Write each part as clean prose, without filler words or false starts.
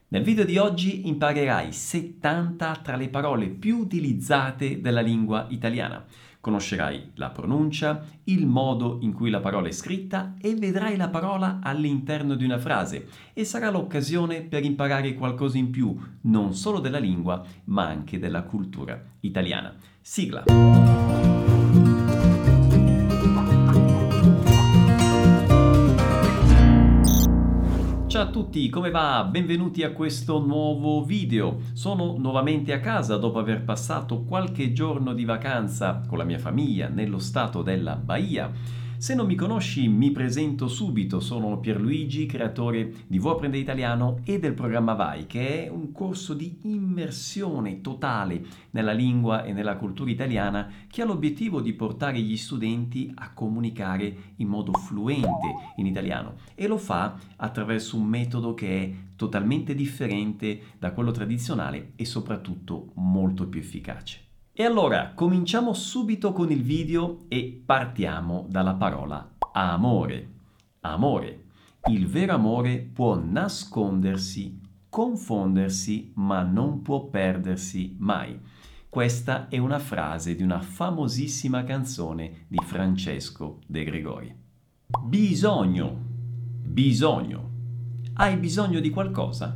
Nel video di oggi imparerai 70 tra le parole più utilizzate della lingua italiana. Conoscerai la pronuncia, il modo in cui la parola è scritta e vedrai la parola all'interno di una frase e sarà l'occasione per imparare qualcosa in più, non solo della lingua, ma anche della cultura italiana. Sigla! Ciao a tutti, come va? Benvenuti a questo nuovo video. Sono nuovamente a casa dopo aver passato qualche giorno di vacanza con la mia famiglia nello stato della Bahia. Se non mi conosci, mi presento subito. Sono Pierluigi, creatore di Vuoi Apprendere Italiano e del programma Vai, che è un corso di immersione totale nella lingua e nella cultura italiana che ha l'obiettivo di portare gli studenti a comunicare in modo fluente in italiano e lo fa attraverso un metodo che è totalmente differente da quello tradizionale e soprattutto molto più efficace. E allora cominciamo subito con il video e partiamo dalla parola amore. Amore. Il vero amore può nascondersi, confondersi, ma non può perdersi mai. Questa è una frase di una famosissima canzone di Francesco De Gregori. Bisogno. Bisogno. Hai bisogno di qualcosa?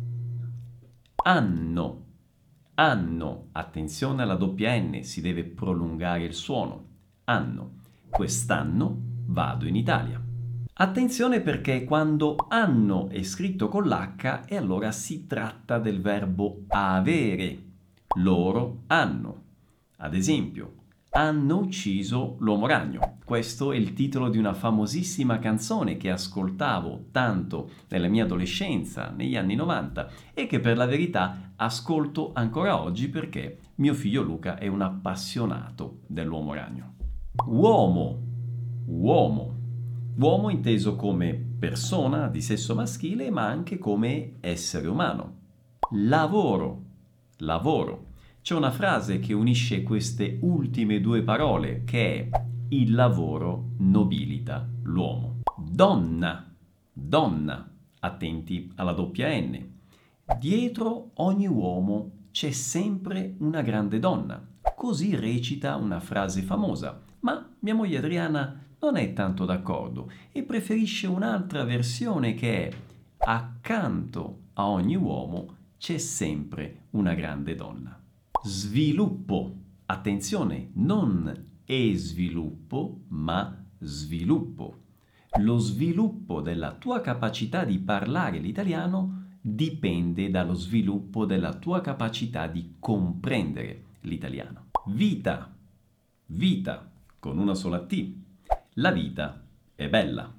Anno. Anno. Attenzione alla doppia N, si deve prolungare il suono. Anno. Quest'anno vado in Italia. Attenzione perché quando anno è scritto con l'H e allora si tratta del verbo avere. Loro hanno. Ad esempio, hanno ucciso l'uomo ragno. Questo è il titolo di una famosissima canzone che ascoltavo tanto nella mia adolescenza, negli anni 90, e che per la verità ascolto ancora oggi perché mio figlio Luca è un appassionato dell'uomo ragno. Uomo. Uomo. Uomo inteso come persona di sesso maschile, ma anche come essere umano. Lavoro. Lavoro. C'è una frase che unisce queste ultime due parole che è il lavoro nobilita l'uomo. Donna. Donna. Attenti alla doppia N. Dietro ogni uomo c'è sempre una grande donna. Così recita una frase famosa, ma mia moglie Adriana non è tanto d'accordo e preferisce un'altra versione che è accanto a ogni uomo c'è sempre una grande donna. Sviluppo. Attenzione, non è sviluppo, ma sviluppo. Lo sviluppo della tua capacità di parlare l'italiano dipende dallo sviluppo della tua capacità di comprendere l'italiano. Vita. Vita, con una sola T. La vita è bella.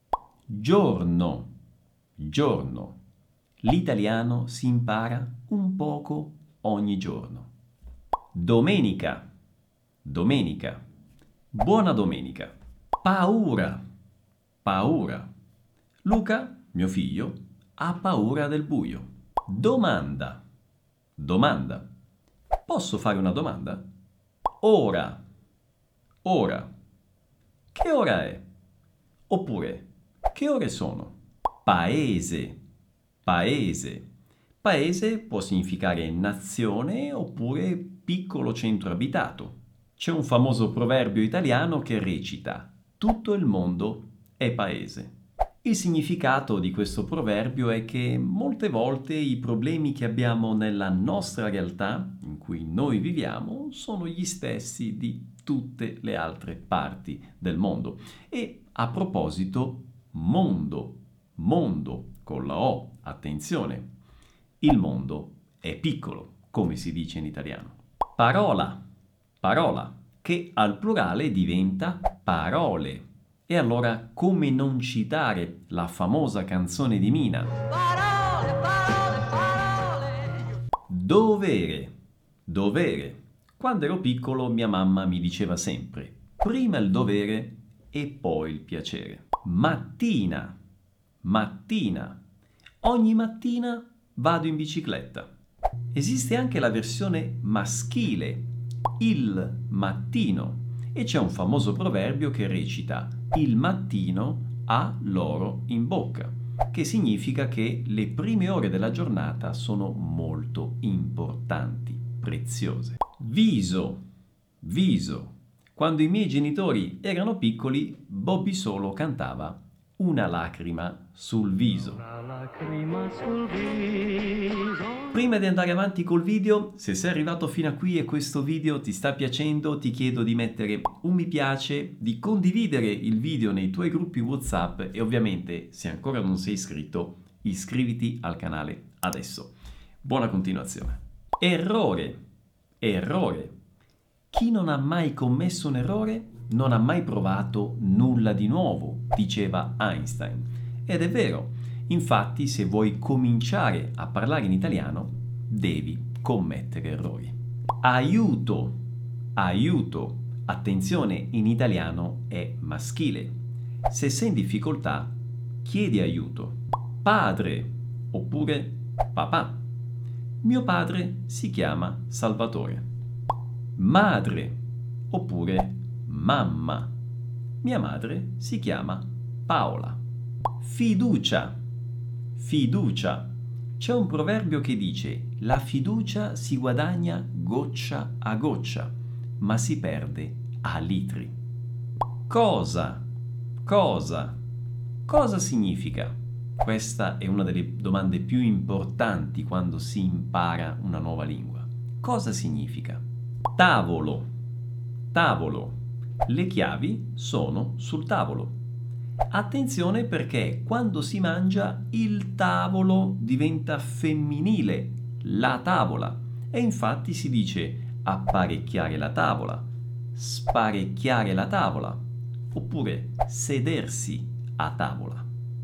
Giorno. Giorno. L'italiano si impara un poco ogni giorno. Domenica. Domenica. Buona domenica. Paura. Paura. Luca, mio figlio, ha paura del buio. Domanda. Domanda. Posso fare una domanda? Ora. Ora. Che ora è? Oppure, che ore sono? Paese. Paese. Paese può significare nazione oppure piccolo centro abitato. C'è un famoso proverbio italiano che recita: tutto il mondo è paese. Il significato di questo proverbio è che molte volte i problemi che abbiamo nella nostra realtà, in cui noi viviamo, sono gli stessi di tutte le altre parti del mondo. E a proposito, mondo, mondo con la O, attenzione, il mondo è piccolo, come si dice in italiano. Parola, parola, che al plurale diventa parole. E allora come non citare la famosa canzone di Mina? Parole, parole, parole. Dovere, dovere. Quando ero piccolo mia mamma mi diceva sempre: prima il dovere e poi il piacere. Mattina, mattina. Ogni mattina vado in bicicletta. Esiste anche la versione maschile, il mattino, e c'è un famoso proverbio che recita: il mattino ha l'oro in bocca. che significa che le prime ore della giornata sono molto importanti, preziose. Viso, viso. Quando i miei genitori erano piccoli, Bobby Solo cantava Una lacrima sul viso. Una lacrima sul viso. Prima di andare avanti col video, se sei arrivato fino a qui e questo video ti sta piacendo, ti chiedo di mettere un mi piace, di condividere il video nei tuoi gruppi WhatsApp e ovviamente, se ancora non sei iscritto, iscriviti al canale adesso. Buona continuazione. Errore, errore. Chi non ha mai commesso un errore non ha mai provato nulla di nuovo, diceva Einstein. Ed è vero. Infatti, se vuoi cominciare a parlare in italiano, devi commettere errori. Aiuto, aiuto. Attenzione, in italiano è maschile. Se sei in difficoltà, chiedi aiuto. Padre oppure papà. Mio padre si chiama Salvatore. Madre oppure mamma. Mia madre si chiama Paola. Fiducia. Fiducia. C'è un proverbio che dice: la fiducia si guadagna goccia a goccia, ma si perde a litri. Cosa? Cosa? Cosa significa? Questa è una delle domande più importanti quando si impara una nuova lingua. Cosa significa? Tavolo. Tavolo. Le chiavi sono sul tavolo. Attenzione perché quando si mangia il tavolo diventa femminile, la tavola, e infatti si dice apparecchiare la tavola, sparecchiare la tavola, oppure sedersi a tavola.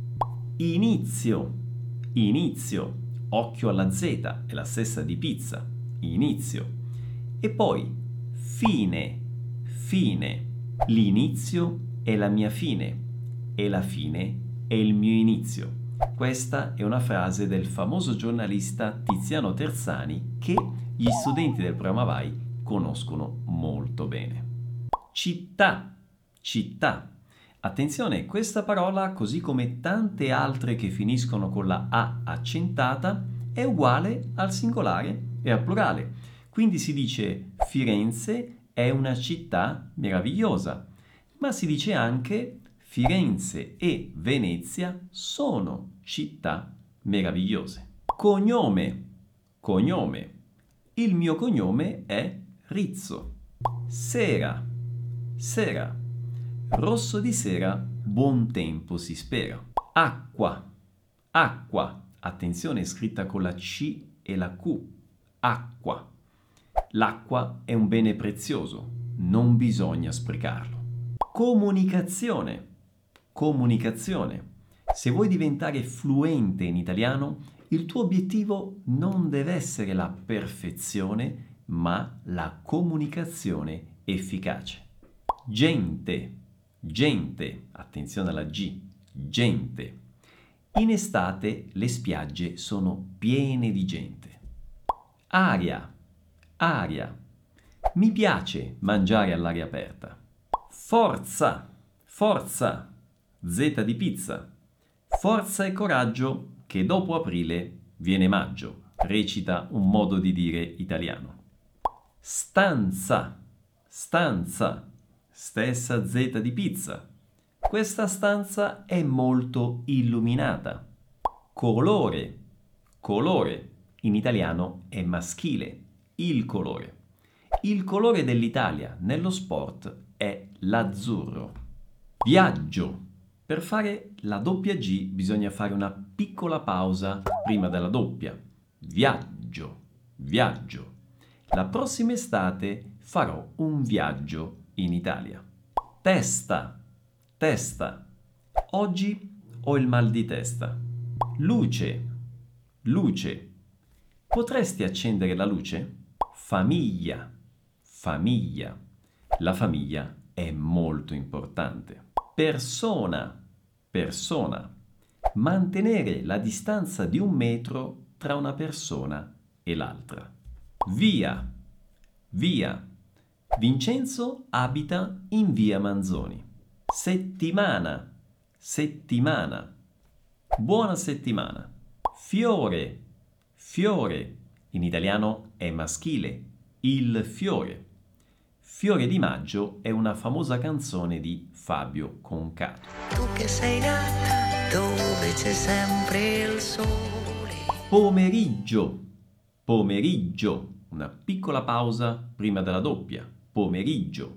Inizio, inizio, occhio alla Z, è la stessa di pizza, inizio. E poi fine, fine, l'inizio è la mia fine e la fine è il mio inizio. Questa è una frase del famoso giornalista Tiziano Terzani che gli studenti del programma Vai conoscono molto bene. Città, città. Attenzione, questa parola, così come tante altre che finiscono con la A accentata, è uguale al singolare e al plurale. Quindi si dice Firenze è una città meravigliosa, ma si dice anche Firenze e Venezia sono città meravigliose. Cognome, cognome. Il mio cognome è Rizzo. Sera, sera. Rosso di sera, buon tempo si spera. Acqua, acqua. Attenzione, è scritta con la C e la Q. Acqua. L'acqua è un bene prezioso, non bisogna sprecarlo. Comunicazione. Comunicazione. Se vuoi diventare fluente in italiano, il tuo obiettivo non deve essere la perfezione, ma la comunicazione efficace. Gente. Gente. Attenzione alla G. Gente. In estate le spiagge sono piene di gente. Aria. Aria. Mi piace mangiare all'aria aperta. Forza. Forza. Z di pizza. Forza e coraggio che dopo aprile viene maggio, recita un modo di dire italiano. Stanza. Stanza. Stessa Z di pizza. Questa stanza è molto illuminata. Colore. Colore. In italiano è maschile. Il colore. Il colore dell'Italia nello sport è l'azzurro. Viaggio. Per fare la doppia G bisogna fare una piccola pausa prima della doppia. Viaggio, viaggio. La prossima estate farò un viaggio in Italia. Testa, testa. Oggi ho il mal di testa. Luce, luce. Potresti accendere la luce? Famiglia, famiglia. La famiglia è molto importante. Persona, persona. Mantenere la distanza di 1 metro tra una persona e l'altra. Via, via. Vincenzo abita in via Manzoni. Settimana, settimana. Buona settimana. Fiore, fiore. In italiano è maschile, il fiore. Fiore di maggio è una famosa canzone di Fabio Concato. Tu che sei nata dove c'è sempre il sole. Pomeriggio, pomeriggio. Una piccola pausa prima della doppia. Pomeriggio.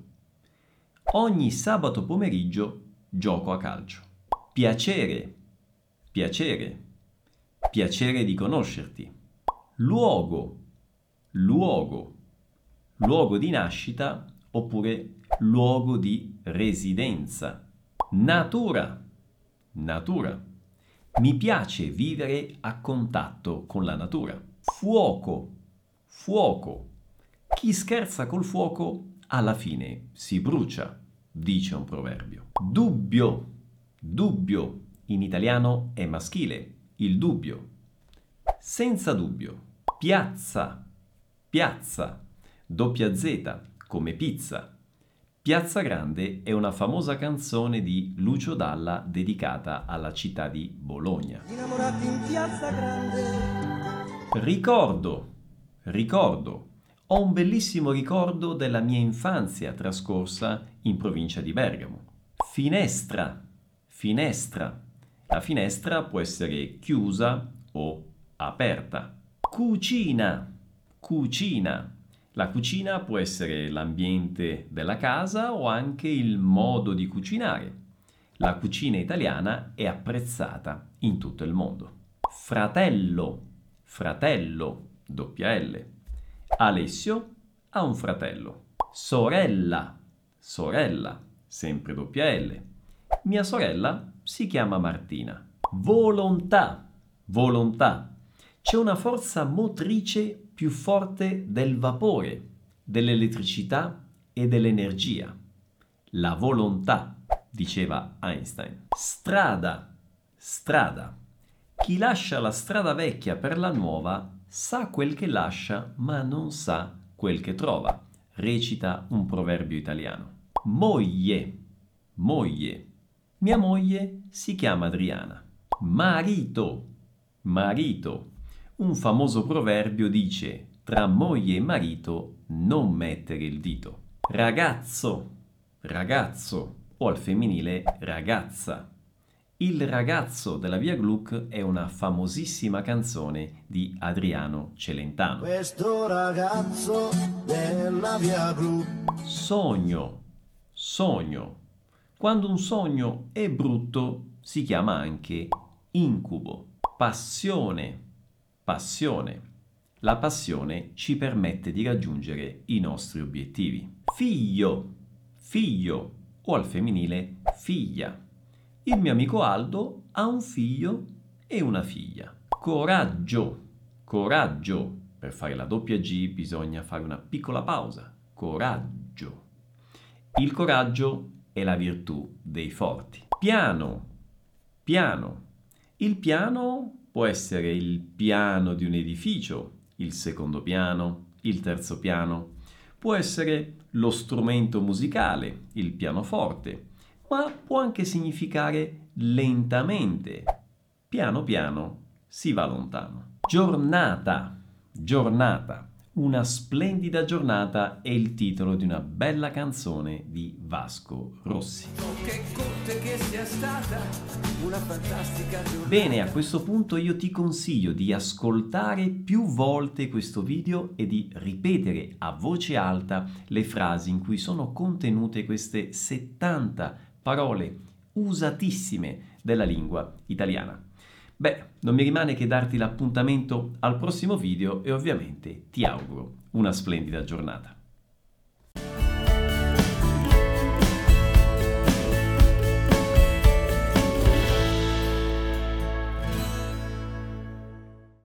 Ogni sabato pomeriggio gioco a calcio. Piacere, piacere. Piacere di conoscerti. Luogo, luogo. Luogo di nascita oppure luogo di residenza. Natura, natura. Mi piace vivere a contatto con la natura. Fuoco, fuoco. Chi scherza col fuoco alla fine si brucia, dice un proverbio. Dubbio, dubbio. In italiano è maschile, il dubbio. Senza dubbio. Piazza, piazza. Doppia Z, come pizza. Piazza Grande è una famosa canzone di Lucio Dalla dedicata alla città di Bologna. Innamorati in Piazza Grande. Ricordo, ricordo. Ho un bellissimo ricordo della mia infanzia trascorsa in provincia di Bergamo. Finestra, finestra. La finestra può essere chiusa o aperta. Cucina, cucina. La cucina può essere l'ambiente della casa o anche il modo di cucinare. La cucina italiana è apprezzata in tutto il mondo. Fratello, fratello, doppia L. Alessio ha un fratello. Sorella, sorella, sempre doppia L. Mia sorella si chiama Martina. Volontà, volontà. C'è una forza motrice più forte del vapore, dell'elettricità e dell'energia. La volontà, diceva Einstein. Strada, strada. Chi lascia la strada vecchia per la nuova sa quel che lascia, ma non sa quel che trova, recita un proverbio italiano. Moglie, moglie. Mia moglie si chiama Adriana. Marito, marito. Un famoso proverbio dice: tra moglie e marito non mettere il dito. Ragazzo, ragazzo, o al femminile ragazza. Il ragazzo della Via Gluck è una famosissima canzone di Adriano Celentano. Questo ragazzo della Via Gluck. Sogno, sogno. Quando un sogno è brutto si chiama anche incubo. Passione, passione. La passione ci permette di raggiungere i nostri obiettivi. Figlio, figlio, o al femminile figlia. Il mio amico Aldo ha un figlio e una figlia. Coraggio, coraggio. Per fare la doppia G bisogna fare una piccola pausa. Coraggio. Il coraggio è la virtù dei forti. Piano, piano. Il piano può essere il piano di un edificio, il secondo piano, il terzo piano. Può essere lo strumento musicale, il pianoforte, ma può anche significare lentamente. Piano piano si va lontano. Giornata, giornata. Una splendida giornata è il titolo di una bella canzone di Vasco Rossi. Che conte che sia stata una fantastica giornata. Bene, a questo punto io ti consiglio di ascoltare più volte questo video e di ripetere a voce alta le frasi in cui sono contenute queste 70 parole usatissime della lingua italiana. Beh, non mi rimane che darti l'appuntamento al prossimo video e ovviamente ti auguro una splendida giornata.